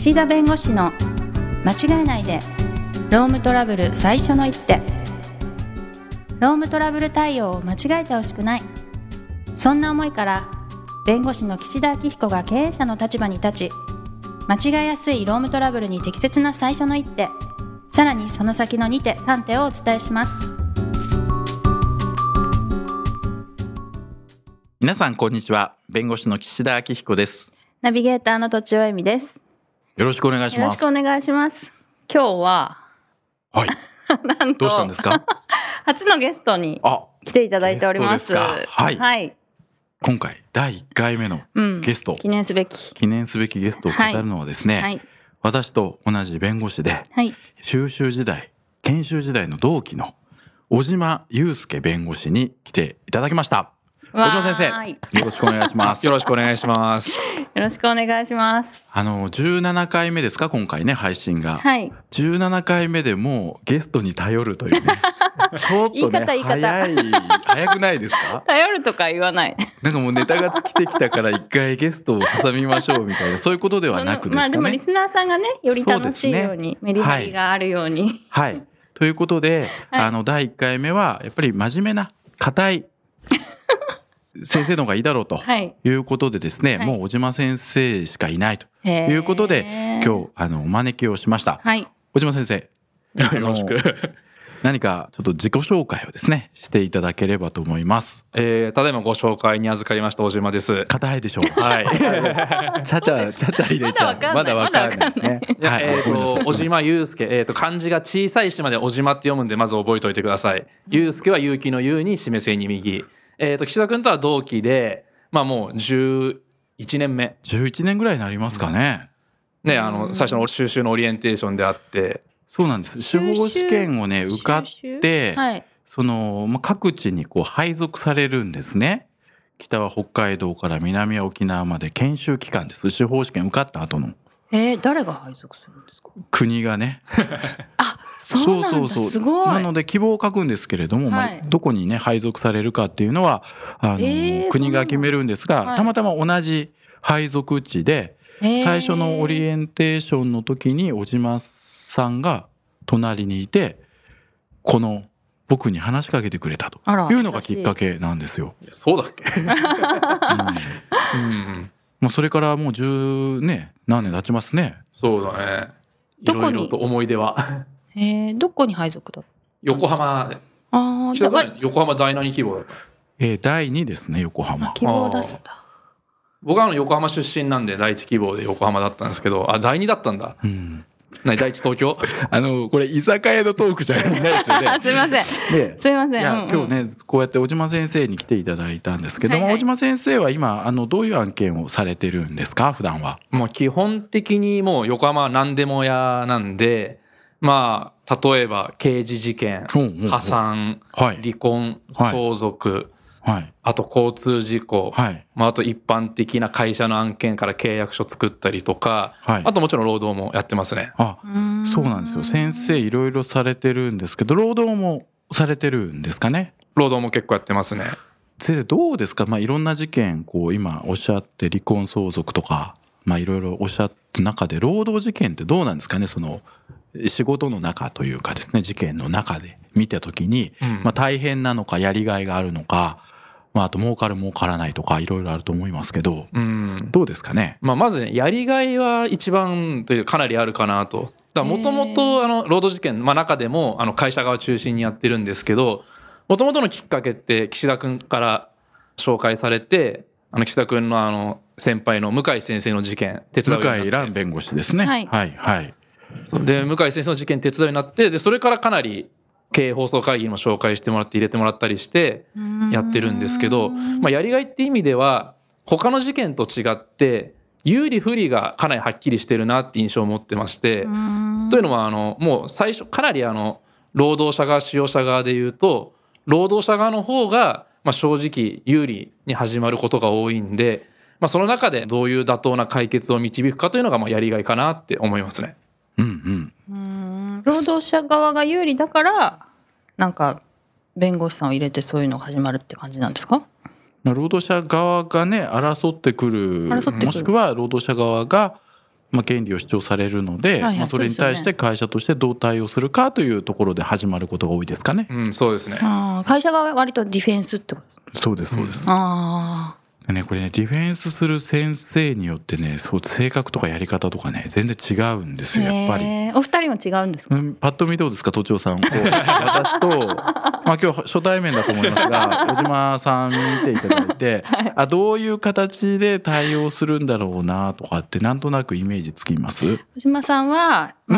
岸田弁護士の間違えないでロームトラブル最初の一手。ロームトラブル対応を間違えてほしくない、そんな思いから弁護士の岸田明彦が経営者の立場に立ち、間違えやすいロームトラブルに適切な最初の一手、さらにその先の2手3手をお伝えします。 皆さんこんにちは。弁護士の岸田明彦です。 ナビゲーターのとちおえみです。 よろしくお願いします。 よろしくお願いします。今日ははいなんとどうしたんですか？ 初のゲストに来ていただいております。 ゲストですか？はい、 はい、 今回第1回目のゲスト、 記念すべきゲストを飾るのはですね、 はい、 私と同じ弁護士で、 はい、 修習時代研修時代の同期の小島祐介弁護士に来ていただきました。小島先生、よろしくお願いします。 よろしくお願いします。 よろしくお願いします。 17回目ですか、今回ね、配信が。 はい。 17回目でもうゲストに頼るというね。ちょっとね、 言い方早くないですか？ 頼るとか言わない。 なんかもうネタが尽きてきたから一回ゲストを挟みましょうみたいな、そういうことではなくですかね。 まあでもリスナーさんがね、より楽しいように、メリハリがあるように。 はい。ということで、 はい、 第1回目はやっぱり真面目な固い先生の方がいいだろうということでですね、はい、もう小島先生しかいないということで今日お招きをしました。 はい、 小島先生、 よろしく何かちょっと自己紹介をですねしていただければと思います。 ただいまご紹介に預かりました小島です。 硬いでしょう。 はいちゃちゃ入れちゃう。まだわかんないですね。 小島祐介、漢字が小さいしまで小島って読むんでまず覚えておいてください。祐介は勇気の勇に示せに右。岸田君とは同期で、まあもう11年目。 11年ぐらいになりますかね。 ね、最初の修習のオリエンテーションであって。 そうなんです。司法試験をね、受かって、 はい、 各地にこう配属されるんですね。北は北海道から南は沖縄まで研修期間です。司法試験受かった後の。 誰が配属するんですか？国がね。 あ、そうなんだ。すごい。 なので希望を書くんですけれども、 はい、 どこにね配属されるかっていうのは国が決めるんですが、たまたま同じ配属地で、最初のオリエンテーションの時に小島さんが隣にいて、この僕に話しかけてくれたというのがきっかけなんですよ。 そうだっけ？ それからもう10年何年経ちますね。 そうだね。いろいろと思い出は。 どこに配属だ？ 横浜で。横浜第何希望だった？ 第2ですね、横浜。 希望出すんだ。 僕は横浜出身なんで第一希望で横浜だったんですけど、第2だったんだ。第一東京？ これ居酒屋のトークじゃないですよね。 すいません。すいません。 いや、今日ね、こうやって小島先生に来ていただいたんですけども、小島先生は今どういう案件をされてるんですか、普段は？ もう基本的にもう横浜は何でも屋なんで、まあ例えば刑事事件、破産、離婚、相続、あと交通事故、あと一般的な会社の案件から契約書作ったりとか、あともちろん労働もやってますね。 そうなんですよ。先生いろいろされてるんですけど、労働もされてるんですかね？ 労働も結構やってますね。 先生どうですか？いろんな事件今おっしゃって離婚相続とかいろいろおっしゃった中で、労働事件ってどうなんですかね？仕事の中というかですね、事件の中で見た時に、大変なのかやりがいがあるのか、あと儲かる儲からないとかいろいろあると思いますけど、どうですかね？ まずね、やりがいは一番というかなりあるかなと。もともと労働事件、中でも会社側中心にやってるんですけど、もともとのきっかけって岸田君から紹介されて、岸田君の先輩の向井先生の事件手伝うようになって、 向井蘭弁護士ですね。 で向井先生の事件手伝うようになって、でそれからかなり経営放送会議にも紹介してもらって入れてもらったりしてやってるんですけど、やりがいって意味では他の事件と違って有利不利がかなりはっきりしてるなって印象を持ってまして、というのはもう最初かなり労働者側使用者側でいうと労働者側の方が正直有利に始まることが多いんで、その中でどういう妥当な解決を導くかというのがやりがいかなって思いますね。 労働者側が有利だからなんか弁護士さんを入れてそういうのが始まるって感じなんですか？ 労働者側がね争ってくる、もしくは労働者側が権利を主張されるので、 はいはいそれに対して会社としてどう対応するかというところで始まることが多いですかね。 そうですね。 会社が割とディフェンスってことそうですそうです。 あでね、これねディフェンスする先生によってね性格とかやり方とかね全然違うんですよやっぱり。 お二人も違うんですか？ パッと見どうですか都庁さん。私と、今日初対面だと思いますが小島さん見ていただいて、どういう形で対応するんだろうなとかってなんとなくイメージつきます？ 小島さんは、 今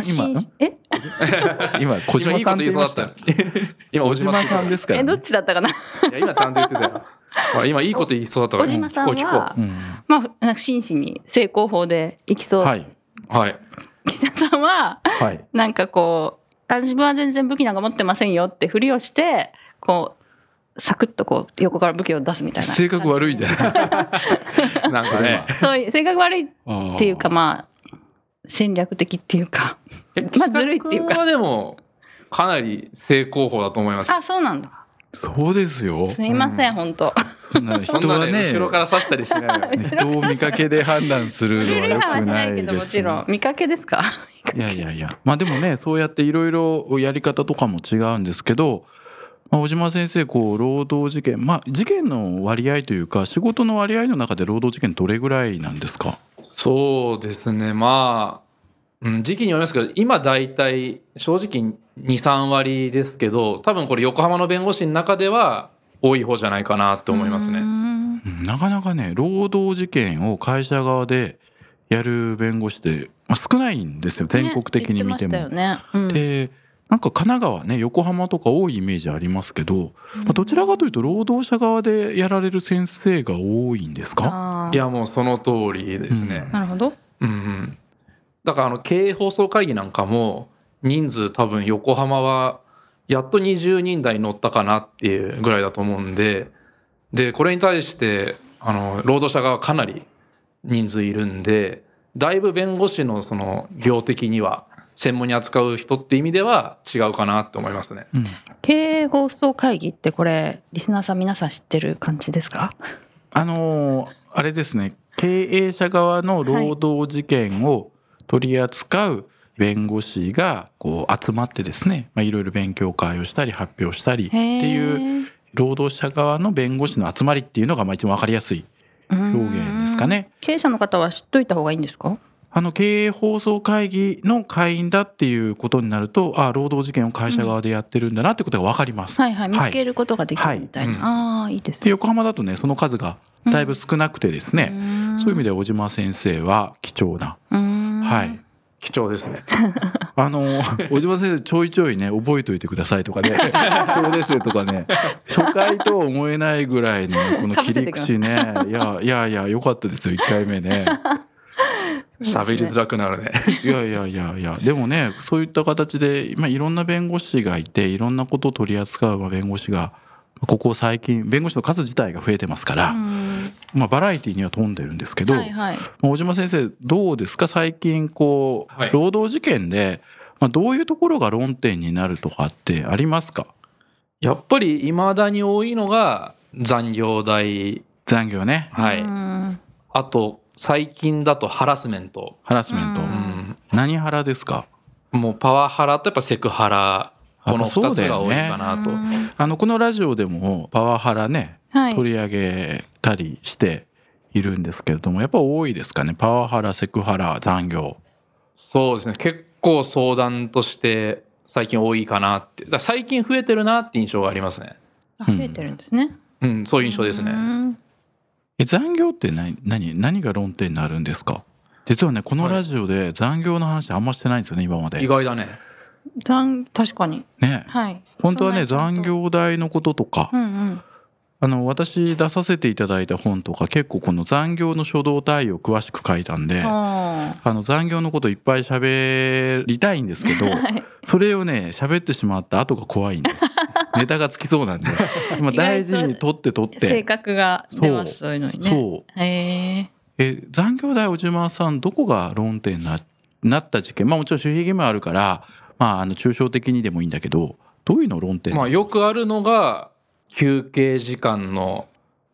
小島さんって言いました。 今小島さんですから、ね、 どっちだったかな。いや今ちゃんと言ってたよ。今いいこと言いそうだったから。 小島さんは、真摯に正攻法でいきそう。 はい岸田さんは、なんかこう自分は全然武器なんか持ってませんよってふりをしてこうサクッとこう横から武器を出すみたいな。 性格悪いんじゃないですか。 なんかね。 そういう性格悪いっていうか戦略的っていうかずるいっていうか。 でもかなり正攻法だと思います。 そうなんだ。 そうですよ。 すいません、本当。 人はね後ろから刺したりしないよ。 人を見かけで判断するのは良くないです。 もちろん見かけですか。 いやでもねそうやっていろいろやり方とかも違うんですけど、小島先生労働事件事件の割合というか仕事の割合の中で労働事件どれぐらいなんですか？ そうですね時期によりますけど今だいたい正直 2,3 割ですけど多分これ横浜の弁護士の中では多い方じゃないかなと思いますね。 なかなかね労働事件を会社側でやる弁護士って少ないんですよ全国的に見ても。でなんか神奈川ね横浜とか多いイメージありますけど、どちらかというと労働者側でやられる先生が多いんですか？ いやもうその通りですね。 なるほど。 だから経営放送会議なんかも人数多分横浜はやっと20人台乗ったかなっていうぐらいだと思うんで、これに対して労働者側かなり人数いるんで、だいぶ弁護士のその量的には専門に扱う人って意味では違うかなって思いますね。 経営放送会議ってこれリスナーさん皆さん知ってる感じですか？ あれですね経営者側の労働事件を取り扱う弁護士が集まってですね、いろいろ勉強会をしたり発表したりっていう労働者側の弁護士の集まりっていうのが一番分かりやすい表現ですかね。 経営者の方は知っといた方がいいんですか？ 経営放送会議の会員だっていうことになると労働事件を会社側でやってるんだなってことが分かります。見つけることができるみたいな。いいですね。で横浜だとねその数がだいぶ少なくてですね、そういう意味で小島先生は貴重な貴重ですね。 小島先生ちょいちょいね覚えといてくださいとかねそうですとかね初回とは思えないぐらいのこの切り口ねいや良かったですよ1回目ね。 喋りづらくなるね。 いやでもねそういった形でいろんな弁護士がいていろんなことを取り扱う弁護士がここ最近弁護士の数自体が増えてますから、バラエティには富んでるんですけど、小島先生どうですか最近労働事件で、どういうところが論点になるとかってありますか？ やっぱり未だに多いのが残業代。 残業ね。 あと最近だとハラスメント。何ハラですか？もうパワハラとやっぱセクハラ、この2つが多いかなと。 このラジオでもパワハラね、取り上げたりしているんですけれどもやっぱ多いですかねパワハラセクハラ残業。 そうですね結構相談として最近多いかなって。最近増えてるなって印象がありますね。 増えてるんですね。 そういう印象ですね。 残業って何が論点になるんですか？実はねこのラジオで残業の話あんましてないんですよね今まで。 意外だね。 確かにね、本当はね残業代のこととか、私出させていただいた本とか結構この残業の初動対応詳しく書いたんで残業のこといっぱい喋りたいんですけど、それをね喋ってしまった後が怖いんでネタがつきそうなんで今大事に取って性格が出ますそういうのにね。 残業代小島さんどこが論点になった事件もちろん守秘義務あるから抽象的にでもいいんだけどどういうの論点よくあるのが休憩時間の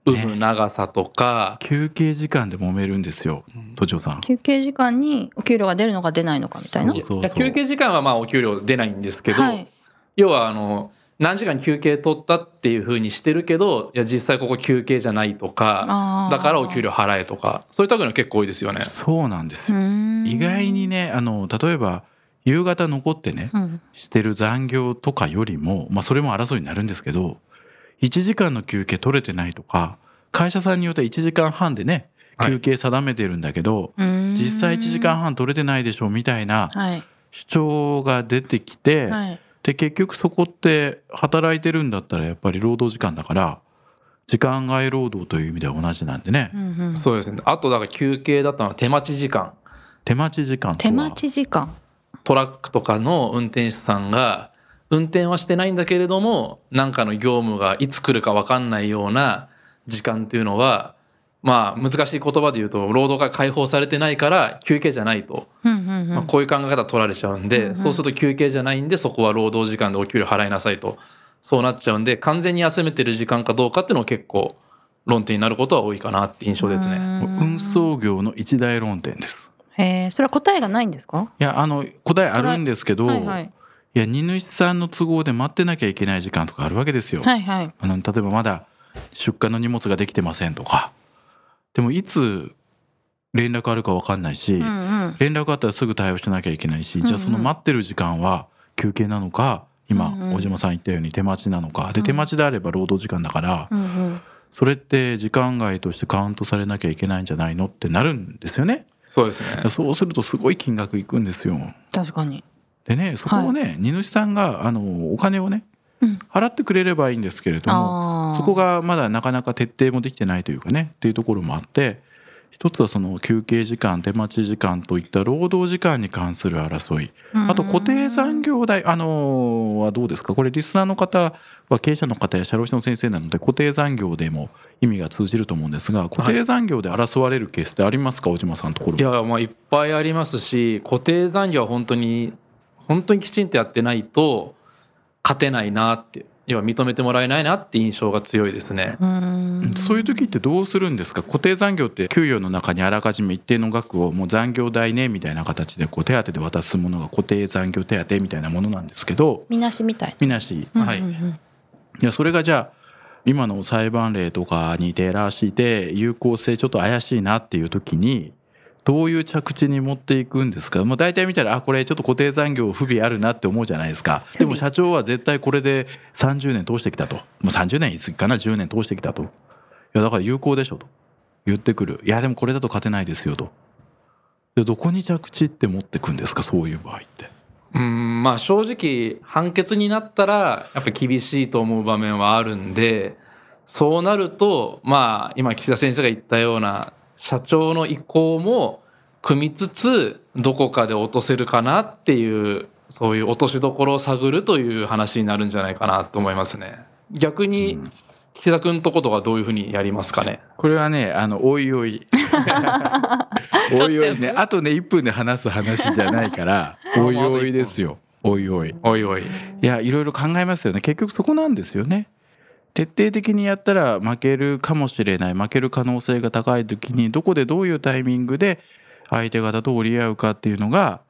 産む長さとか、 休憩時間で揉めるんですよ、都庁さん。 休憩時間にお給料が出るのか出ないのかみたいな。 そうそうそう。 いや休憩時間はまあお給料出ないんですけど、 はい、 要は何時間休憩取ったっていう風にしてるけど、いや実際ここ休憩じゃないとか、だからお給料払えとか、そういったの結構多いですよね。 そうなんですよ。意外にね、例えば夕方残ってね、してる残業とかよりも、まあそれも争いになるんですけど、1時間の休憩取れてないとか、会社さんによっては1時間半でね休憩定めてるんだけど、実際1時間半取れてないでしょみたいな主張が出てきて、で結局そこって働いてるんだったらやっぱり労働時間だから時間外労働という意味では同じなんでね、 そうですね。あとだから休憩だったのは手待ち時間。 手待ち時間とは手待ち時間、 トラックとかの運転手さんが運転はしてないんだけれども、何かの業務がいつ来るか分かんないような時間っていうのは、まあ難しい言葉で言うと労働が解放されてないから休憩じゃないと、まあ、こういう考え方取られちゃうんで、そうすると休憩じゃないんでそこは労働時間でお給料払いなさいと、そうなっちゃうんで、完全に休めてる時間かどうかっていうのは結構論点になることは多いかなって印象ですね。 運送業の一大論点です。 それは答えがないんですか？ いや答えあるんですけど、 いや荷主さんの都合で待ってなきゃいけない時間とかあるわけですよ、例えばまだ出荷の荷物ができてませんとか、でもいつ連絡あるか分かんないし、連絡あったらすぐ対応しなきゃいけないし、じゃあその待ってる時間は休憩なのか、今小島さん言ったように手待ちなのかで、手待ちであれば労働時間だから、それって時間外としてカウントされなきゃいけないんじゃないのってなるんですよね。 そうですね。 そうするとすごい金額いくんですよ。 確かに。 でね、そこをね、荷主さんがお金をね払ってくれればいいんですけれども、そこがまだなかなか徹底もできてないというかねっていうところもあって、一つはその休憩時間、手待ち時間といった労働時間に関する争い、あと固定残業代はどうですか。これリスナーの方は経営者の方や社労士の先生なので固定残業でも意味が通じると思うんですが、固定残業で争われるケースってありますか、小島さんのところ。 いや、まあいっぱいありますし、固定残業は本当にきちんとやってないと勝てないなって、要は認めてもらえないなって印象が強いですね。 そういう時ってどうするんですか。固定残業って給与の中にあらかじめ一定の額をもう残業代ねみたいな形でこう手当で渡すものが固定残業手当みたいなものなんですけど、 みなしみたいな。 みなし、 はい。 いやそれがじゃあ今の裁判例とかに照らして有効性ちょっと怪しいなっていう時にどういう着地に持っていくんですか。もう大体見たらこれちょっと固定残業不備あるなって思うじゃないですか。でも社長は絶対これで30年通してきたと、もう30年言い過ぎかな、10年通してきたと、いやだから有効でしょと言ってくる。いやでもこれだと勝てないですよと。でどこに着地って持ってくんですか、そういう場合って。 まあ正直判決になったらやっぱり厳しいと思う場面はあるんで、そうなるとまあ今岸田先生が言ったような社長の意向も組みつつどこかで落とせるかなっていう、そういう落としどころを探るという話になるんじゃないかなと思いますね。逆に岸田君のとことかどういうふうにやりますかね。 これはねおいおいおいおいね、あとね1分で話す話じゃないからおいおいですよ。おいおいおいおい。 いやいろいろ考えますよね。結局そこなんですよね。徹底的にやったら負けるかもしれない、負ける可能性が高い時にどこでどういうタイミングで相手方と折り合うかっていうのが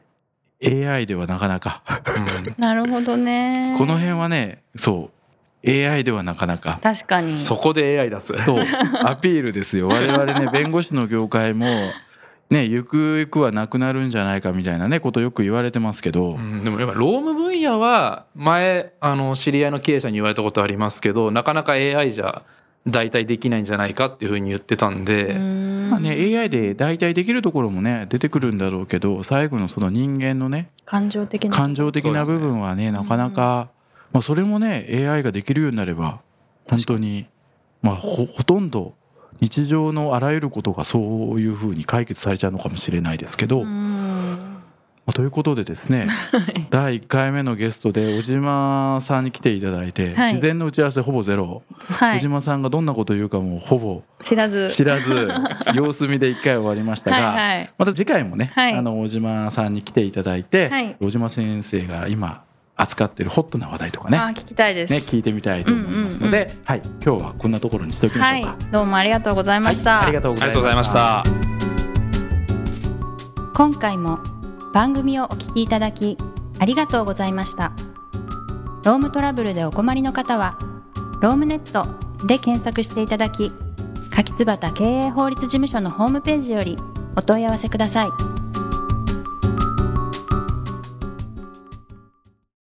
AI ではなかなかなるほどね。 この辺はね、そう AI ではなかなか。 確かにそこで AI 出す。 そうアピールですよ。我々ね弁護士の業界もねゆくゆくはなくなるんじゃないかみたいなねことよく言われてますけど、 でもやっぱ労務分野は前知り合いの経営者に言われたことありますけど、なかなか AI じゃ代替できないんじゃないかっていうふうに言ってたんで、 まあね AI で代替できるところもね出てくるんだろうけど、最後のその人間のね感情的な部分はねなかなか、まあ、それもね AI ができるようになれば本当にまあほとんど日常のあらゆることがそういうふうに解決されちゃうのかもしれないですけど、ということでですね第1回目のゲストで小島さんに来ていただいて、事前の打ち合わせほぼゼロ、小島さんがどんなことを言うかもほぼ知らず様子見で1回終わりましたがまた次回もね、小島さんに来ていただいて、小島先生が今扱ってるホットな話題とかね、 聞きたいです、 聞いてみたいと思いますので、はい、今日はこんなところにしておきましょうか。 どうもありがとうございました。 ありがとうございました。 今回も番組をお聞きいただきありがとうございました。ロームトラブルでお困りの方はロームネットで検索していただき、柿椿経営法律事務所のホームページよりお問い合わせください。